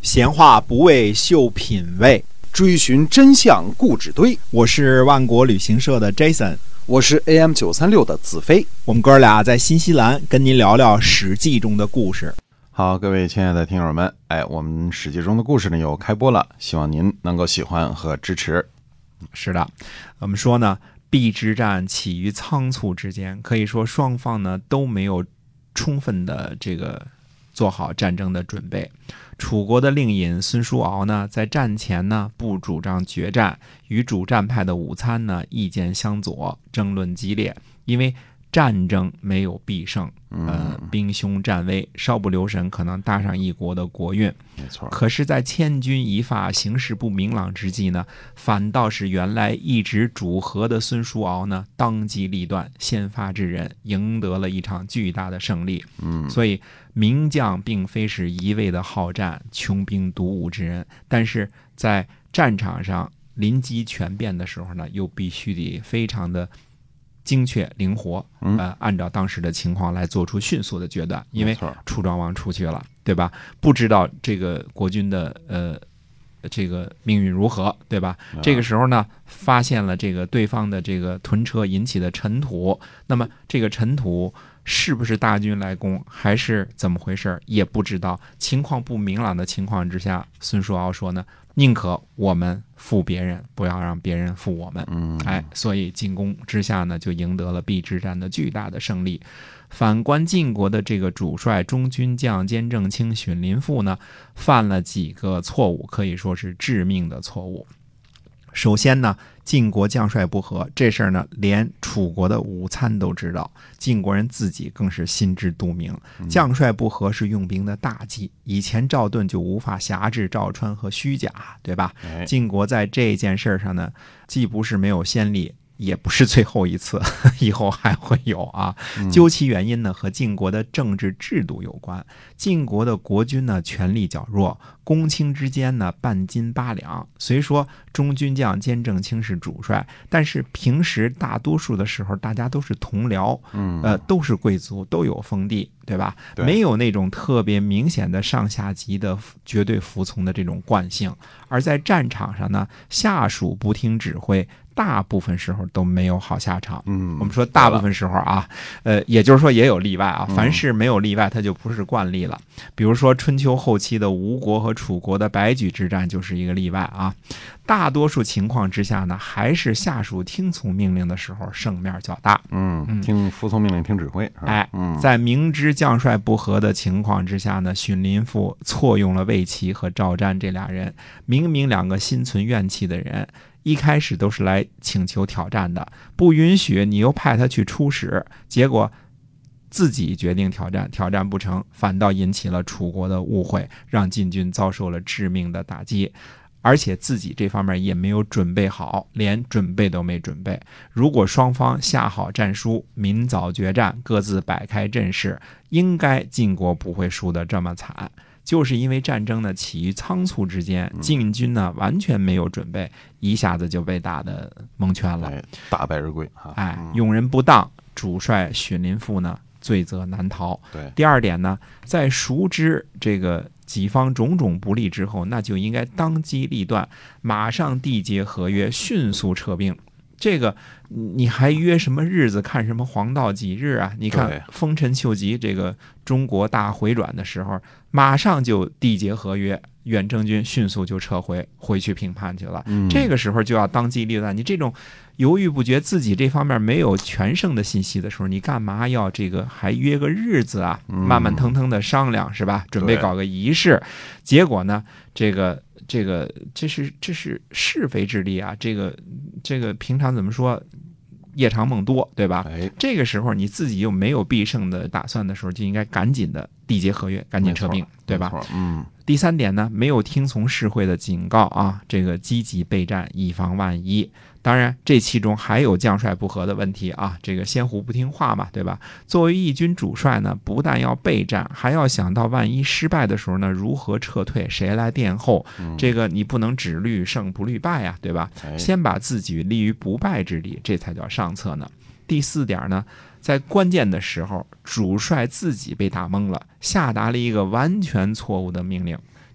闲话不为秀品味， 追寻真相故纸堆。 我是万国旅行社的 Jason， 我是 AM936 的子飞。 我们哥俩在新西兰跟您聊聊史记中的故事。 好，各位亲爱的听友们，我们史记中的故事呢又开播了，希望您能够喜欢和支持。 是的，我们说呢，邲之战起于仓促之间，可以说双方呢都没有充分的做好战争的准备。楚国的令尹孙叔敖呢，在战前呢不主张决战，与主战派的武参呢意见相左，争论激烈。因为战争没有必胜，兵凶战危，稍不留神可能搭上一国的国运。 没错。 可是在千钧一发，形势不明朗之际呢，反倒是原来一直主和的孙叔敖呢当机立断，先发制人，赢得了一场巨大的胜利。所以名将并非是一味的好战、穷兵黩武之人，但是在战场上临机全变的时候呢，又必须得非常的精确灵活，按照当时的情况来做出迅速的决断。因为楚庄王出去了，对吧？不知道这个国君的这个命运如何，对吧？这个时候呢，发现了这个对方的这个屯车引起的尘土，那么这个尘土是不是大军来攻，还是怎么回事也不知道。情况不明朗的情况之下，孙叔敖说呢，宁可我们负别人，不要让别人负我们。所以进攻之下呢，就赢得了邲之战的巨大的胜利。反观晋国的这个主帅中军将监正卿荀林父呢，犯了几个错误，可以说是致命的错误。首先呢，晋国将帅不和这事儿呢，连楚国的武参都知道，晋国人自己更是心知肚明。将帅不和是用兵的大忌，以前赵盾就无法辖制赵川和虚假，对吧？晋国在这件事上呢，既不是没有先例，也不是最后一次，以后还会有啊。究其原因呢，和晋国的政治制度有关。晋国的国君呢，权力较弱，公卿之间呢，半斤八两。虽说中军将监正卿是主帅，但是平时大多数的时候，大家都是同僚，都是贵族，都有封地，对吧？没有那种特别明显的上下级的绝对服从的这种惯性。而在战场上呢，下属不听指挥，大部分时候都没有好下场。我们说大部分时候啊，也就是说也有例外啊。凡是没有例外，它就不是惯例了。比如说春秋后期的吴国和楚国的白举之战就是一个例外啊。大多数情况之下呢，还是下属听从命令的时候胜面较大。 服从命令，听指挥。 在明知将帅不和的情况之下呢，荀林父错用了魏齐和赵瞻这俩人。明明两个心存怨气的人，一开始都是来请求挑战的，不允许你又派他去出使，结果自己决定挑战，挑战不成，反倒引起了楚国的误会，让晋军遭受了致命的打击。而且自己这方面也没有准备好，连准备都没准备。如果双方下好战书，明早决战，各自摆开阵势，应该晋国不会输得这么惨。就是因为战争呢起于仓促之间，晋军呢完全没有准备，一下子就被打得蒙圈了， 大败而归。 用人不当，主帅荀林父呢罪责难逃。第二点呢，在熟知这个己方种种不利之后，那就应该当机立断，马上缔结合约，迅速撤兵。这个你还约什么日子，看什么黄道几日啊？你看丰臣秀吉这个中国大回转的时候，马上就缔结合约，远征军迅速就撤回去平叛去了。这个时候就要当机立断，你这种犹豫不决，自己这方面没有全胜的信息的时候，你干嘛要还约个日子啊？慢慢腾腾的商量，是吧？准备搞个仪式，结果呢，这是是非之地啊！这个平常怎么说？夜长梦多，对吧？这个时候你自己又没有必胜的打算的时候，就应该赶紧的缔结合约，赶紧撤兵，对吧？第三点呢，没有听从世会的警告啊，积极备战，以防万一。当然，这其中还有将帅不和的问题啊，先胡不听话嘛，对吧？作为义军主帅呢，不但要备战，还要想到万一失败的时候呢，如何撤退，谁来殿后？你不能只虑胜不虑败呀，对吧？先把自己立于不败之地，这才叫上策呢。第四点呢，在关键的时候，主帅自己被打懵了，下达了一个完全错误的命令。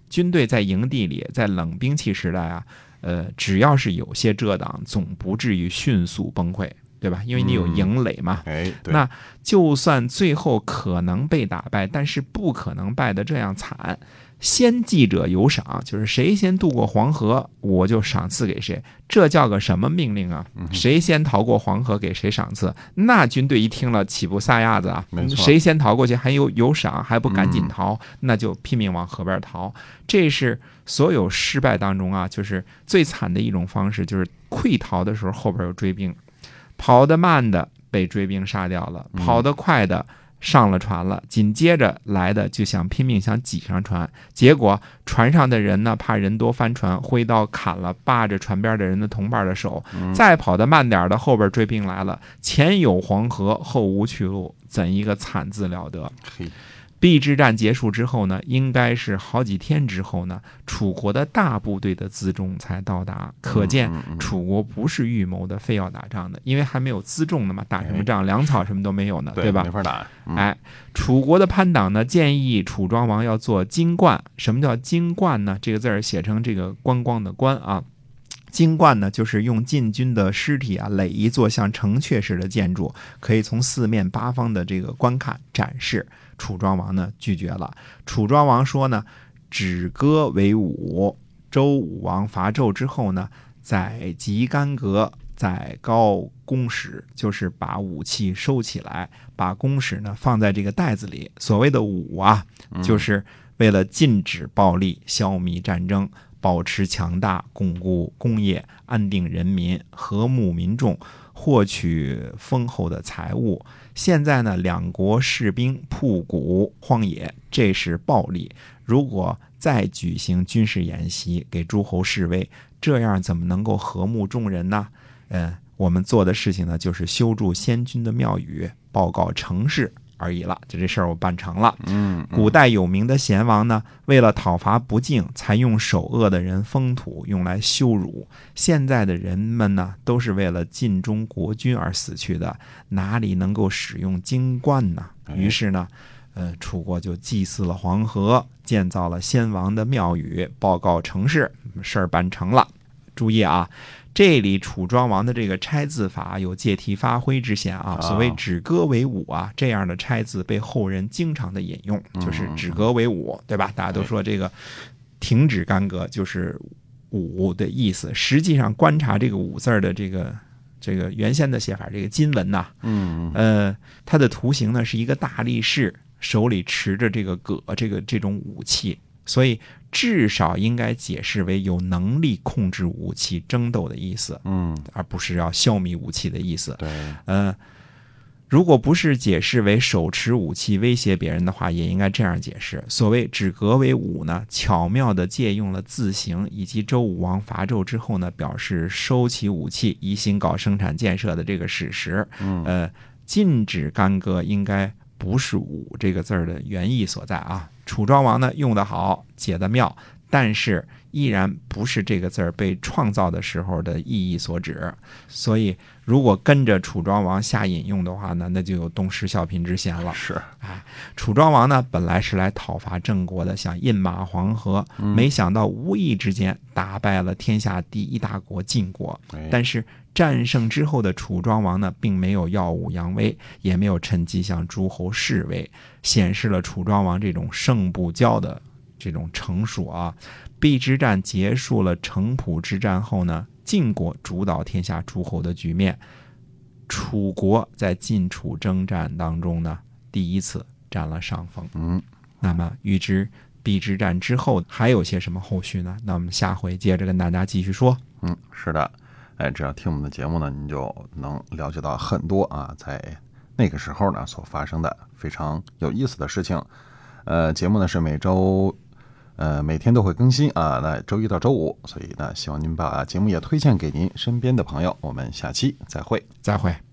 军队在营地里，在冷兵器时代啊，只要是有些遮挡，总不至于迅速崩溃，对吧？因为你有营垒嘛。 对， 那就算最后可能被打败，但是不可能败得这样惨。先记者有赏，就是谁先渡过黄河，我就赏赐给谁。这叫个什么命令啊？谁先逃过黄河，给谁赏赐。那军队一听了，岂不撒丫子啊？谁先逃过去还有赏，还不赶紧逃，那就拼命往河边逃。这是所有失败当中啊，就是最惨的一种方式，就是溃逃的时候后边有追兵，跑得慢的被追兵杀掉了，跑得快的上了船了，紧接着来的就想拼命想挤上船，结果船上的人呢怕人多翻船，挥刀砍了扒着船边的人的同伴的手，再跑得慢点的后边追兵来了，前有黄河后无去路，怎一个惨字了得。邲之战结束之后呢，应该是好几天之后呢，楚国的大部队的辎重才到达，可见楚国不是预谋的非要打仗的，因为还没有辎重呢嘛，打什么仗，粮草什么都没有呢，对吧？ 没法打。 楚国的潘党呢建议楚庄王要做金冠。什么叫金冠呢？这个字儿写成这个观光的观啊。金冠呢，就是用晋军的尸体啊垒一座像城阙式的建筑，可以从四面八方的这个观看展示。楚庄王呢拒绝了。楚庄王说呢，止戈为武。周武王伐纣之后呢，在及干戈，在高弓矢，就是把武器收起来，把弓矢呢放在这个袋子里。所谓的武啊，就是为了禁止暴力，消弭战争，保持强大，巩固工业，安定人民，和睦民众，获取丰厚的财物。现在呢，两国士兵铺谷荒野，这是暴力。如果再举行军事演习，给诸侯示威，这样怎么能够和睦众人呢？我们做的事情呢，就是修筑先君的庙宇，报告成事而已了，这事儿我办成了。古代有名的贤王呢，为了讨伐不敬，才用手恶的人封土，用来羞辱。现在的人们呢，都是为了尽忠国君而死去的，哪里能够使用金冠呢？于是呢，楚国就祭祀了黄河，建造了先王的庙宇，报告成事，事儿办成了。注意啊，这里楚庄王的这个拆字法有借题发挥之嫌啊。所谓止戈为武啊，这样的拆字被后人经常的引用，就是止戈为武，对吧？大家都说这个停止干戈就是武的意思。实际上观察这个武字的这个原先的写法，这个金文呐，它的图形呢是一个大力士，手里持着这个戈，这种武器，所以至少应该解释为有能力控制武器争斗的意思，而不是要消弭武器的意思。 对， 如果不是解释为手持武器威胁别人的话，也应该这样解释。所谓止戈为武呢，巧妙地借用了字形以及周武王伐纣之后呢，表示收起武器，一心搞生产建设的这个事实。禁止干戈应该不是武这个字的原意所在啊。楚庄王呢用得好，解得妙，但是依然不是这个字被创造的时候的意义所指。所以如果跟着楚庄王瞎引用的话呢，那就有东施效颦之嫌了。 是， 楚庄王呢本来是来讨伐郑国的，想饮马黄河，没想到无意之间打败了天下第一大国晋国。但是战胜之后的楚庄王呢，并没有耀武扬威，也没有趁机向诸侯示威，显示了楚庄王这种胜不骄的这种成熟啊。邲之战结束了城濮之战后呢，晋国主导天下诸侯的局面，楚国在晋楚征战当中呢，第一次占了上风。那么预知邲之战之后还有些什么后续呢？那我们下回接着跟大家继续说。 是的，只要听我们的节目呢，您就能了解到很多啊，在那个时候呢所发生的非常有意思的事情。节目呢是每天都会更新啊，那周一到周五，所以呢希望您把节目也推荐给您身边的朋友。我们下期再会。